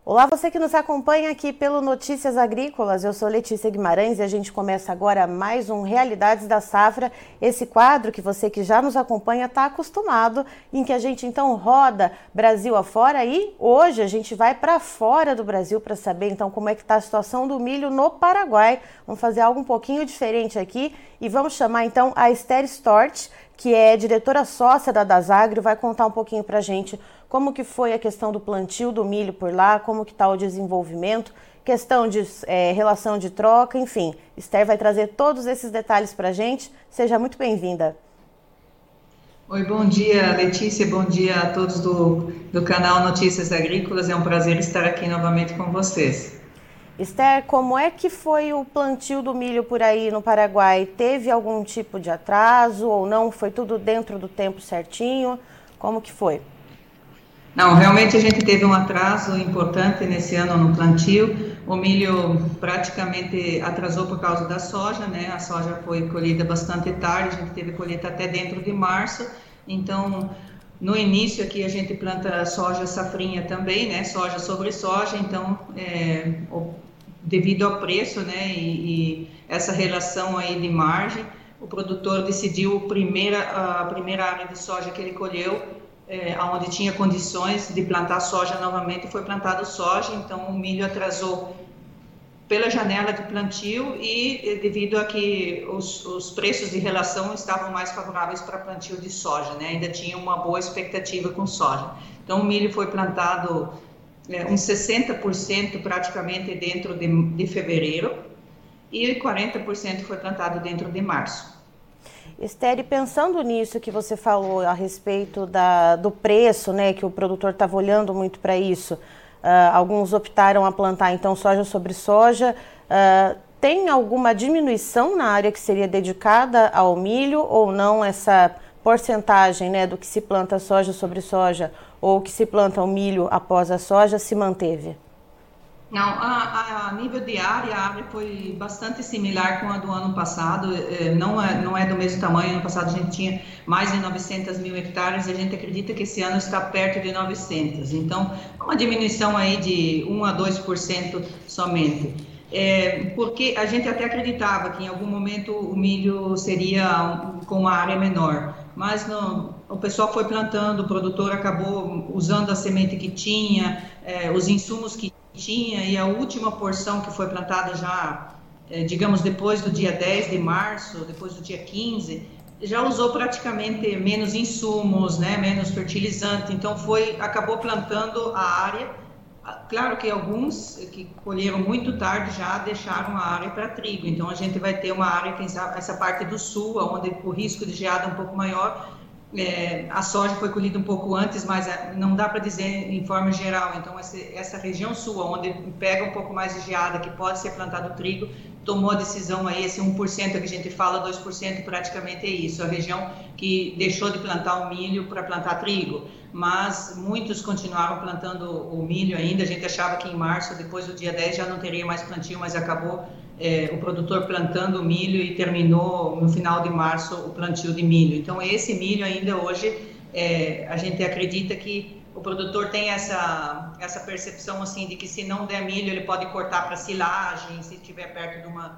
Olá, você que nos acompanha aqui pelo Notícias Agrícolas, eu sou Letícia Guimarães e a gente começa agora mais um Realidades da Safra, esse quadro que você que já nos acompanha está acostumado, em que a gente então roda Brasil afora e hoje a gente vai para fora do Brasil para saber então como é que está a situação do milho no Paraguai. Vamos fazer algo um pouquinho diferente aqui e vamos chamar então a Esther Stort, que é diretora sócia da Dasagro, vai contar um pouquinho para a gente como que foi a questão do plantio do milho por lá, como que está o desenvolvimento, questão de relação de troca, enfim. Esther vai trazer todos esses detalhes para a gente. Seja muito bem-vinda. Oi, bom dia, Letícia, bom dia a todos do canal Notícias Agrícolas. É um prazer estar aqui novamente com vocês. Esther, como é que foi o plantio do milho por aí no Paraguai? Teve algum tipo de atraso ou não? Foi tudo dentro do tempo certinho? Como que foi? Não, realmente a gente teve um atraso importante nesse ano no plantio. O milho praticamente atrasou por causa da soja, né? A soja foi colhida bastante tarde, a gente teve colheita até dentro de março. Então, no início aqui a gente planta soja safrinha também, né? Soja sobre soja, então devido ao preço, né? E essa relação aí de margem, o produtor decidiu a primeira área de soja que ele colheu onde tinha condições de plantar soja novamente, foi plantado soja, então o milho atrasou pela janela de plantio e devido a que os preços de relação estavam mais favoráveis para plantio de soja, né? Ainda tinha uma boa expectativa com soja. Então o milho foi plantado uns 60% praticamente dentro de fevereiro e 40% foi plantado dentro de março. Esther, pensando nisso que você falou a respeito do preço, né, que o produtor estava olhando muito para isso, alguns optaram a plantar então soja sobre soja. Tem alguma diminuição na área que seria dedicada ao milho ou não? Essa porcentagem, né, do que se planta soja sobre soja ou que se planta o milho após a soja se manteve? Não, a nível de área, a área foi bastante similar com a do ano passado, não é do mesmo tamanho. Ano passado a gente tinha mais de 900 mil hectares e a gente acredita que esse ano está perto de 900. Então, uma diminuição aí de 1 a 2% somente. Porque a gente até acreditava que em algum momento o milho seria com uma área menor, mas o pessoal foi plantando, o produtor acabou usando a semente que tinha, os insumos que tinha, e a última porção que foi plantada já, digamos, depois do dia 10 de março, depois do dia 15, já usou praticamente menos insumos, né, menos fertilizante, então acabou plantando a área. Claro que alguns que colheram muito tarde já deixaram a área para trigo, então a gente vai ter uma área, essa parte do sul, onde o risco de geada é um pouco maior. A soja foi colhida um pouco antes, mas não dá para dizer em forma geral. Então essa região sul, onde pega um pouco mais de geada, que pode ser plantado trigo, tomou a decisão aí, esse 1% que a gente fala, 2% praticamente é isso, a região que deixou de plantar o milho para plantar trigo, mas muitos continuaram plantando o milho ainda. A gente achava que em março, depois do dia 10, já não teria mais plantio, mas acabou o produtor plantando o milho e terminou no final de março o plantio de milho. Então esse milho ainda hoje, a gente acredita que o produtor tem essa percepção assim de que se não der milho ele pode cortar para silagem, se estiver perto de uma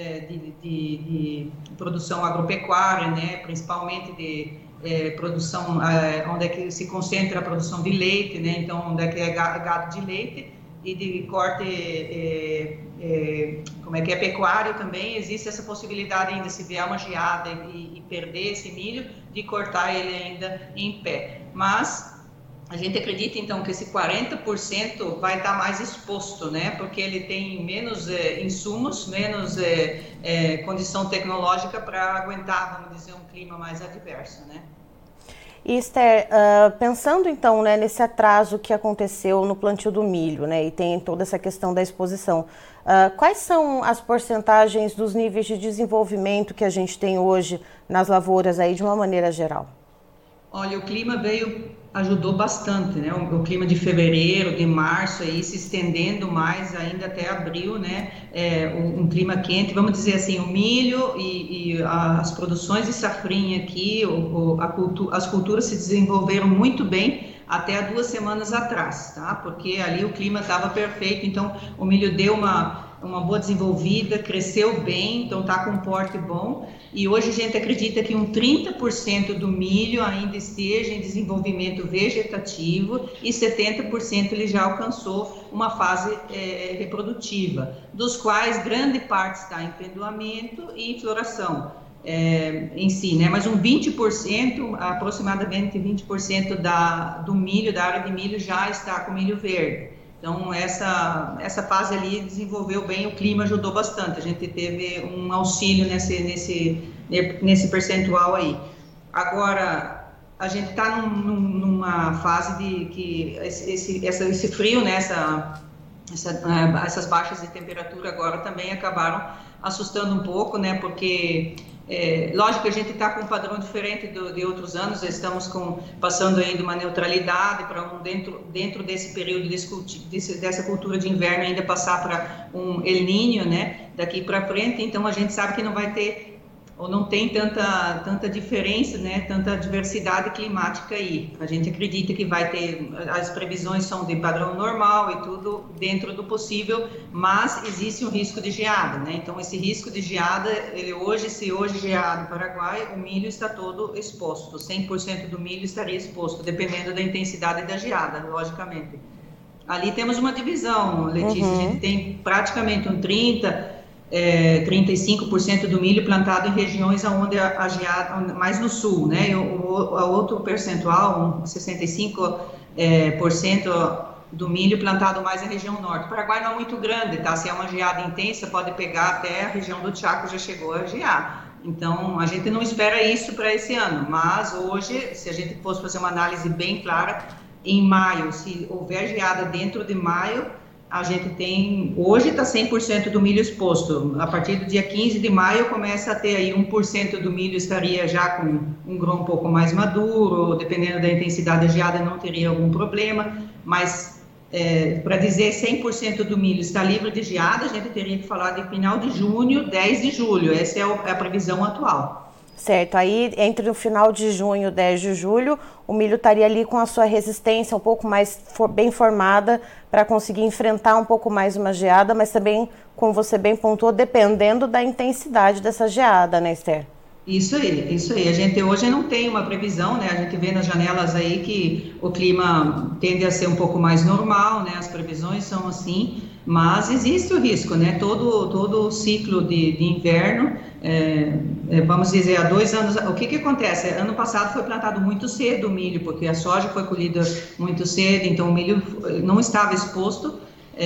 de produção agropecuária, né, principalmente de produção onde é que se concentra a produção de leite, né, então onde é que é gado de leite e de corte, como é que é, pecuário também, existe essa possibilidade ainda, se vier uma geada e perder esse milho, de cortar ele ainda em pé. Mas a gente acredita então que esse 40% vai estar mais exposto, né? Porque ele tem menos insumos, menos condição tecnológica para aguentar, vamos dizer, um clima mais adverso, né? E Esther, pensando então, né, nesse atraso que aconteceu no plantio do milho, né, e tem toda essa questão da exposição, quais são as porcentagens dos níveis de desenvolvimento que a gente tem hoje nas lavouras aí de uma maneira geral? Olha, o clima ajudou bastante, né? O clima de fevereiro, de março aí se estendendo mais ainda até abril, né? Um clima quente, vamos dizer assim, o milho e as produções de safrinha aqui, as culturas se desenvolveram muito bem até há 2 semanas atrás, tá? Porque ali o clima estava perfeito, então o milho deu uma boa desenvolvida, cresceu bem, então está com um porte bom. E hoje a gente acredita que um 30% do milho ainda esteja em desenvolvimento vegetativo e 70% ele já alcançou uma fase reprodutiva, dos quais grande parte está em pendoamento e floração em si, né? Mas um 20%, aproximadamente 20% do milho, da área de milho já está com milho verde. Então, essa fase ali desenvolveu bem, o clima ajudou bastante, a gente teve um auxílio nesse percentual aí. Agora, a gente está numa fase de que esse frio, né, essas baixas de temperatura agora também acabaram assustando um pouco, né, porque lógico que a gente está com um padrão diferente de outros anos, estamos passando ainda uma neutralidade para dentro desse período dessa cultura de inverno ainda passar para um El Niño, né, daqui para frente. Então a gente sabe que não vai ter ou não tem tanta diferença, né, tanta diversidade climática aí. A gente acredita que vai ter, as previsões são de padrão normal e tudo dentro do possível, mas existe um risco de geada, né? Então esse risco de geada, se hoje gear no Paraguai, o milho está todo exposto, 100% do milho estaria exposto, dependendo da intensidade da geada, logicamente. Ali temos uma divisão, Letícia, a gente tem praticamente um 35% do milho plantado em regiões onde a geada, mais no sul, né? E o outro percentual, 65% do milho plantado mais na região norte. O Paraguai não é muito grande, tá? Se é uma geada intensa, pode pegar até a região do Chaco, já chegou a gear. Então, a gente não espera isso para esse ano, mas hoje, se a gente fosse fazer uma análise bem clara, em maio, se houver geada dentro de maio, a gente tem, hoje está 100% do milho exposto, a partir do dia 15 de maio começa a ter aí 1% do milho estaria já com um grão um pouco mais maduro, dependendo da intensidade da geada não teria algum problema, mas para dizer 100% do milho está livre de geada, a gente teria que falar de final de junho, 10 de julho, essa é a previsão atual. Certo, aí entre o final de junho e 10 de julho, o milho estaria ali com a sua resistência um pouco mais bem formada para conseguir enfrentar um pouco mais uma geada, mas também, como você bem pontuou, dependendo da intensidade dessa geada, né, Esther? Isso aí. A gente hoje não tem uma previsão, né? A gente vê nas janelas aí que o clima tende a ser um pouco mais normal, né? As previsões são assim, mas existe o risco, né? Todo o ciclo de inverno, vamos dizer, há 2 anos, o que acontece? Ano passado foi plantado muito cedo o milho, porque a soja foi colhida muito cedo, então o milho não estava exposto.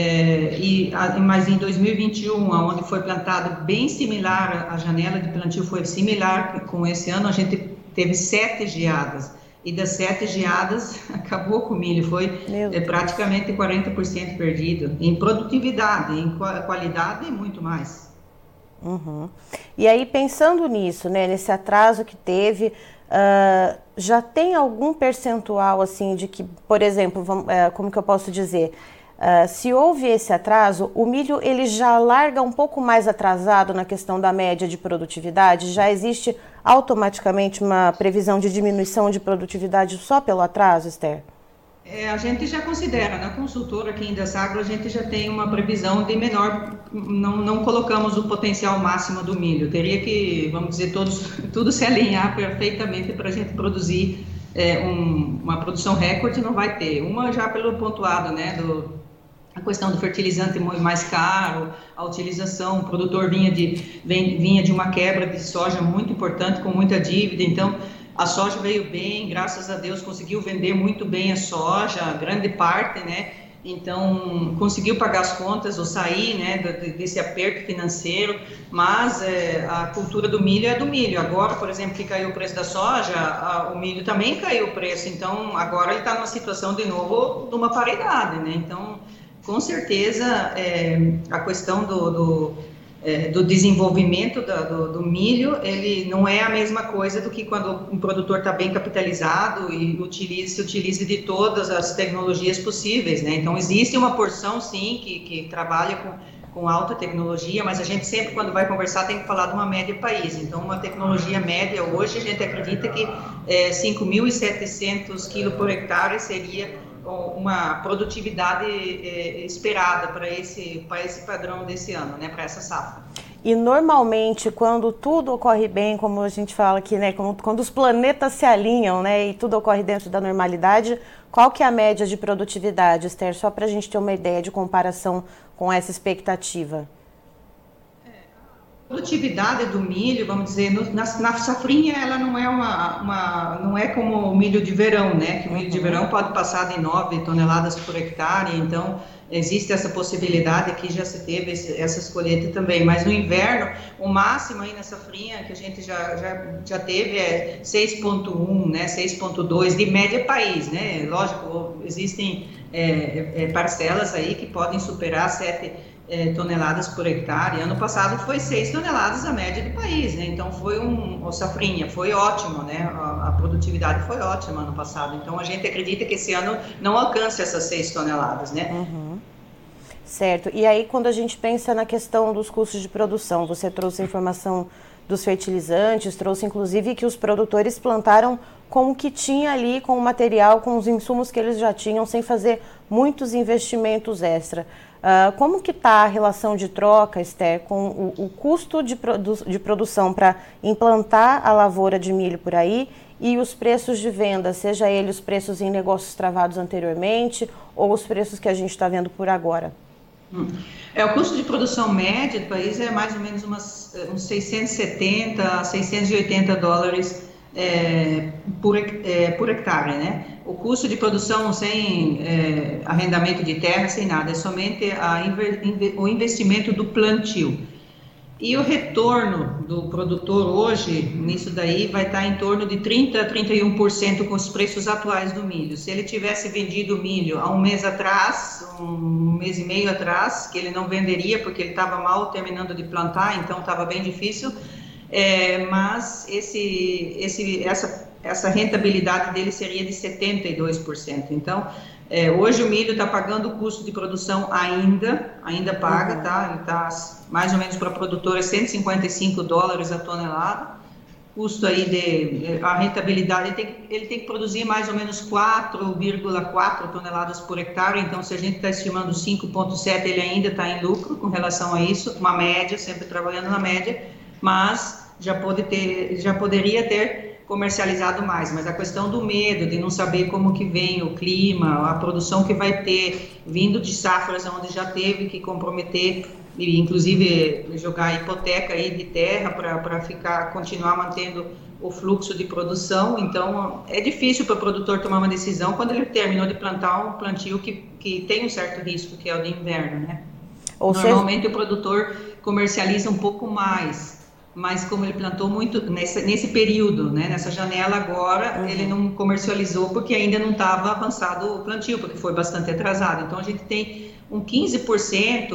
Mas em 2021, onde foi plantado bem similar, a janela de plantio foi similar com esse ano, a gente teve 7 geadas, e das 7 geadas acabou com o milho, foi praticamente 40% perdido, em produtividade, em qualidade e muito mais. Uhum. E aí, pensando nisso, né, nesse atraso que teve, já tem algum percentual, assim, de que, por exemplo, como que eu posso dizer... se houve esse atraso, o milho ele já larga um pouco mais atrasado na questão da média de produtividade? Já existe automaticamente uma previsão de diminuição de produtividade só pelo atraso, Esther? A gente já considera, na consultora aqui em Indesagro, a gente já tem uma previsão de menor, não colocamos o potencial máximo do milho, teria que, vamos dizer, tudo se alinhar perfeitamente para a gente produzir uma produção recorde, não vai ter. Uma já pelo pontuado, né, a questão do fertilizante mais caro, a utilização, o produtor vinha de uma quebra de soja muito importante, com muita dívida, então a soja veio bem, graças a Deus conseguiu vender muito bem a soja, grande parte, né, então conseguiu pagar as contas ou sair, né, desse aperto financeiro, mas a cultura do milho é do milho. Agora, por exemplo, que caiu o preço da soja, o milho também caiu o preço, então agora ele está numa situação de novo de uma paridade, né, então com certeza a questão do desenvolvimento do milho, ele não é a mesma coisa do que quando um produtor está bem capitalizado e se utilize de todas as tecnologias possíveis, né? Então existe uma porção sim que trabalha com alta tecnologia, mas a gente sempre, quando vai conversar, tem que falar de uma média país. Então, uma tecnologia média hoje, a gente acredita que 5.700 quilos por hectare seria uma produtividade esperada para esse padrão desse ano, né, para essa safra. E normalmente, quando tudo ocorre bem, como a gente fala aqui, né, quando os planetas se alinham, né, e tudo ocorre dentro da normalidade, qual que é a média de produtividade, Esther? Só para a gente ter uma ideia de comparação com essa expectativa. A produtividade do milho, vamos dizer, na safrinha, ela não é não é como o milho de verão, né? Que o milho de verão pode passar de 9 toneladas por hectare, então existe essa possibilidade, aqui já se teve essas colheitas também, mas no inverno, o máximo aí na safrinha que a gente já teve é 6,1, né? 6,2 de média país, né? Lógico, existem parcelas aí que podem superar 7 toneladas por hectare. Ano passado foi 6 toneladas a média do país, né? Então foi safrinha, foi ótimo, né? A produtividade foi ótima ano passado. Então a gente acredita que esse ano não alcance essas 6 toneladas, né? Certo. E aí quando a gente pensa na questão dos custos de produção, você trouxe a informação dos fertilizantes, trouxe inclusive que os produtores plantaram com o que tinha ali, com o material, com os insumos que eles já tinham, sem fazer muitos investimentos extra. Como que está a relação de troca, Esther, com o custo de produção para implantar a lavoura de milho por aí e os preços de venda, seja ele os preços em negócios travados anteriormente ou os preços que a gente está vendo por agora? O custo de produção média do país é mais ou menos uns 670 a 680 dólares por hectare, né? O custo de produção sem arrendamento de terra, sem nada, é somente o investimento do plantio. E o retorno do produtor hoje, nisso daí, vai estar em torno de 30% a 31% com os preços atuais do milho. Se ele tivesse vendido o milho há um mês atrás, um mês e meio atrás, que ele não venderia porque ele estava mal terminando de plantar, então estava bem difícil, mas essa rentabilidade dele seria de 72%. Então, hoje o milho está pagando o custo de produção ainda paga, tá? Ele está mais ou menos para produtores 155 dólares a tonelada. Custo aí a rentabilidade, ele tem que produzir mais ou menos 4,4 toneladas por hectare, então se a gente está estimando 5,7, ele ainda está em lucro com relação a isso, uma média, sempre trabalhando na média, mas já poderia ter comercializado mais, mas a questão do medo, de não saber como que vem o clima, a produção que vai ter, vindo de safras onde já teve que comprometer, e inclusive jogar hipoteca aí de terra para continuar mantendo o fluxo de produção, então é difícil para o produtor tomar uma decisão quando ele terminou de plantar um plantio que tem um certo risco, que é o de inverno, né? Normalmente o produtor comercializa um pouco mais, mas como ele plantou muito nesse período, né, nessa janela agora, ele não comercializou porque ainda não estava avançado o plantio, porque foi bastante atrasado. Então a gente tem um 15%,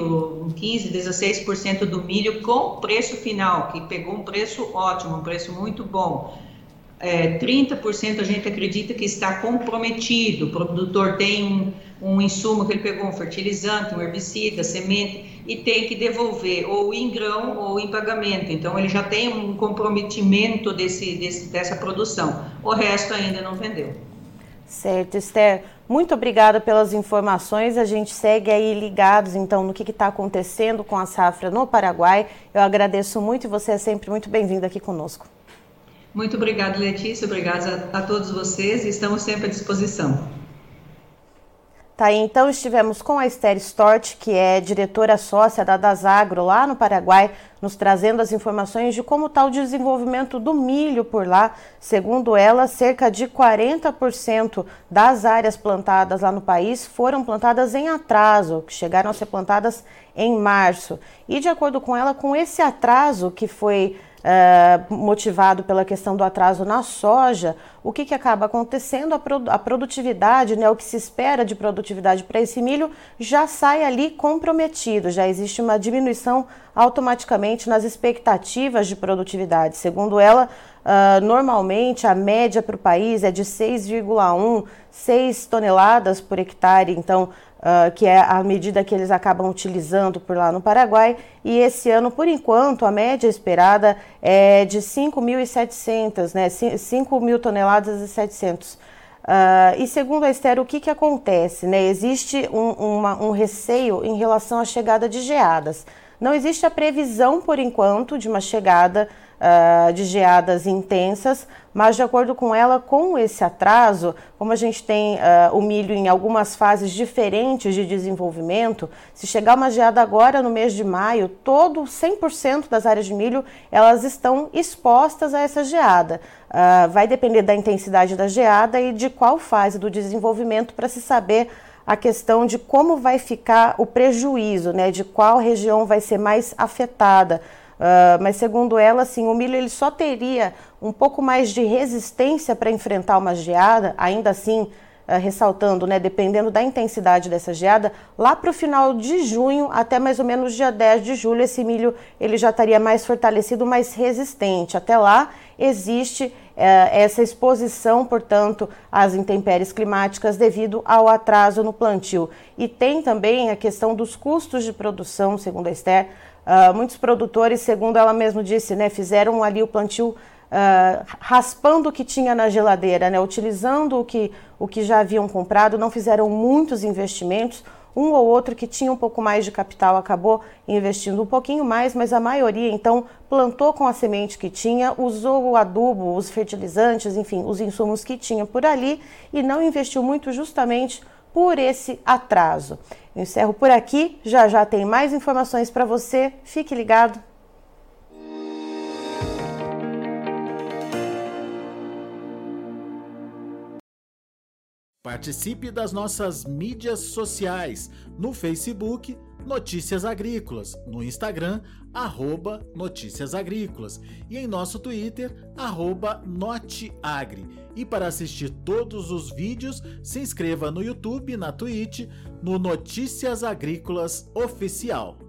16% do milho com preço final, que pegou um preço ótimo, um preço muito bom. 30% a gente acredita que está comprometido, o produtor tem um insumo que ele pegou, um fertilizante, um herbicida, semente, e tem que devolver ou em grão ou em pagamento, então ele já tem um comprometimento dessa produção, o resto ainda não vendeu. Certo, Esther, muito obrigada pelas informações, a gente segue aí ligados então no que está acontecendo com a safra no Paraguai, eu agradeço muito e você é sempre muito bem-vindo aqui conosco. Muito obrigada, Letícia, obrigada a todos vocês e estamos sempre à disposição. Tá aí, então estivemos com a Esther Stort, que é diretora sócia da Dasagro lá no Paraguai, nos trazendo as informações de como está o desenvolvimento do milho por lá. Segundo ela, cerca de 40% das áreas plantadas lá no país foram plantadas em atraso, que chegaram a ser plantadas em março. E de acordo com ela, com esse atraso que foi motivado pela questão do atraso na soja, o que acaba acontecendo? A produtividade, né, o que se espera de produtividade para esse milho já sai ali comprometido, já existe uma diminuição automaticamente nas expectativas de produtividade. Segundo ela, normalmente a média para o país é de 6,1, 6 toneladas por hectare, então que é a medida que eles acabam utilizando por lá no Paraguai, e esse ano, por enquanto, a média esperada é de 5.700, né, 5.000 toneladas e 700. E segundo a Esther, o que acontece? Né? Existe um receio em relação à chegada de geadas. Não existe a previsão, por enquanto, de uma chegada de geadas intensas, mas de acordo com ela, com esse atraso, como a gente tem o milho em algumas fases diferentes de desenvolvimento, se chegar uma geada agora no mês de maio, 100% das áreas de milho elas estão expostas a essa geada. Vai depender da intensidade da geada e de qual fase do desenvolvimento para se saber a questão de como vai ficar o prejuízo, né, de qual região vai ser mais afetada. Mas segundo ela, assim, o milho ele só teria um pouco mais de resistência para enfrentar uma geada, ainda assim, ressaltando, né, dependendo da intensidade dessa geada, lá para o final de junho até mais ou menos dia 10 de julho, esse milho ele já estaria mais fortalecido, mais resistente. Até lá existe essa exposição, portanto, às intempéries climáticas devido ao atraso no plantio. E tem também a questão dos custos de produção, segundo a Esther. Muitos produtores, segundo ela mesma disse, né, fizeram ali o plantio raspando o que tinha na geladeira, né, utilizando o que já haviam comprado, não fizeram muitos investimentos. Um ou outro que tinha um pouco mais de capital acabou investindo um pouquinho mais, mas a maioria, então, plantou com a semente que tinha, usou o adubo, os fertilizantes, enfim, os insumos que tinha por ali e não investiu muito justamente por esse atraso. Eu encerro por aqui, já tem mais informações para você, fique ligado. Participe das nossas mídias sociais, no Facebook, Notícias Agrícolas, no Instagram, @Notícias Agrícolas e em nosso Twitter, @Noteagri. E para assistir todos os vídeos, se inscreva no YouTube, na Twitch, no Notícias Agrícolas Oficial.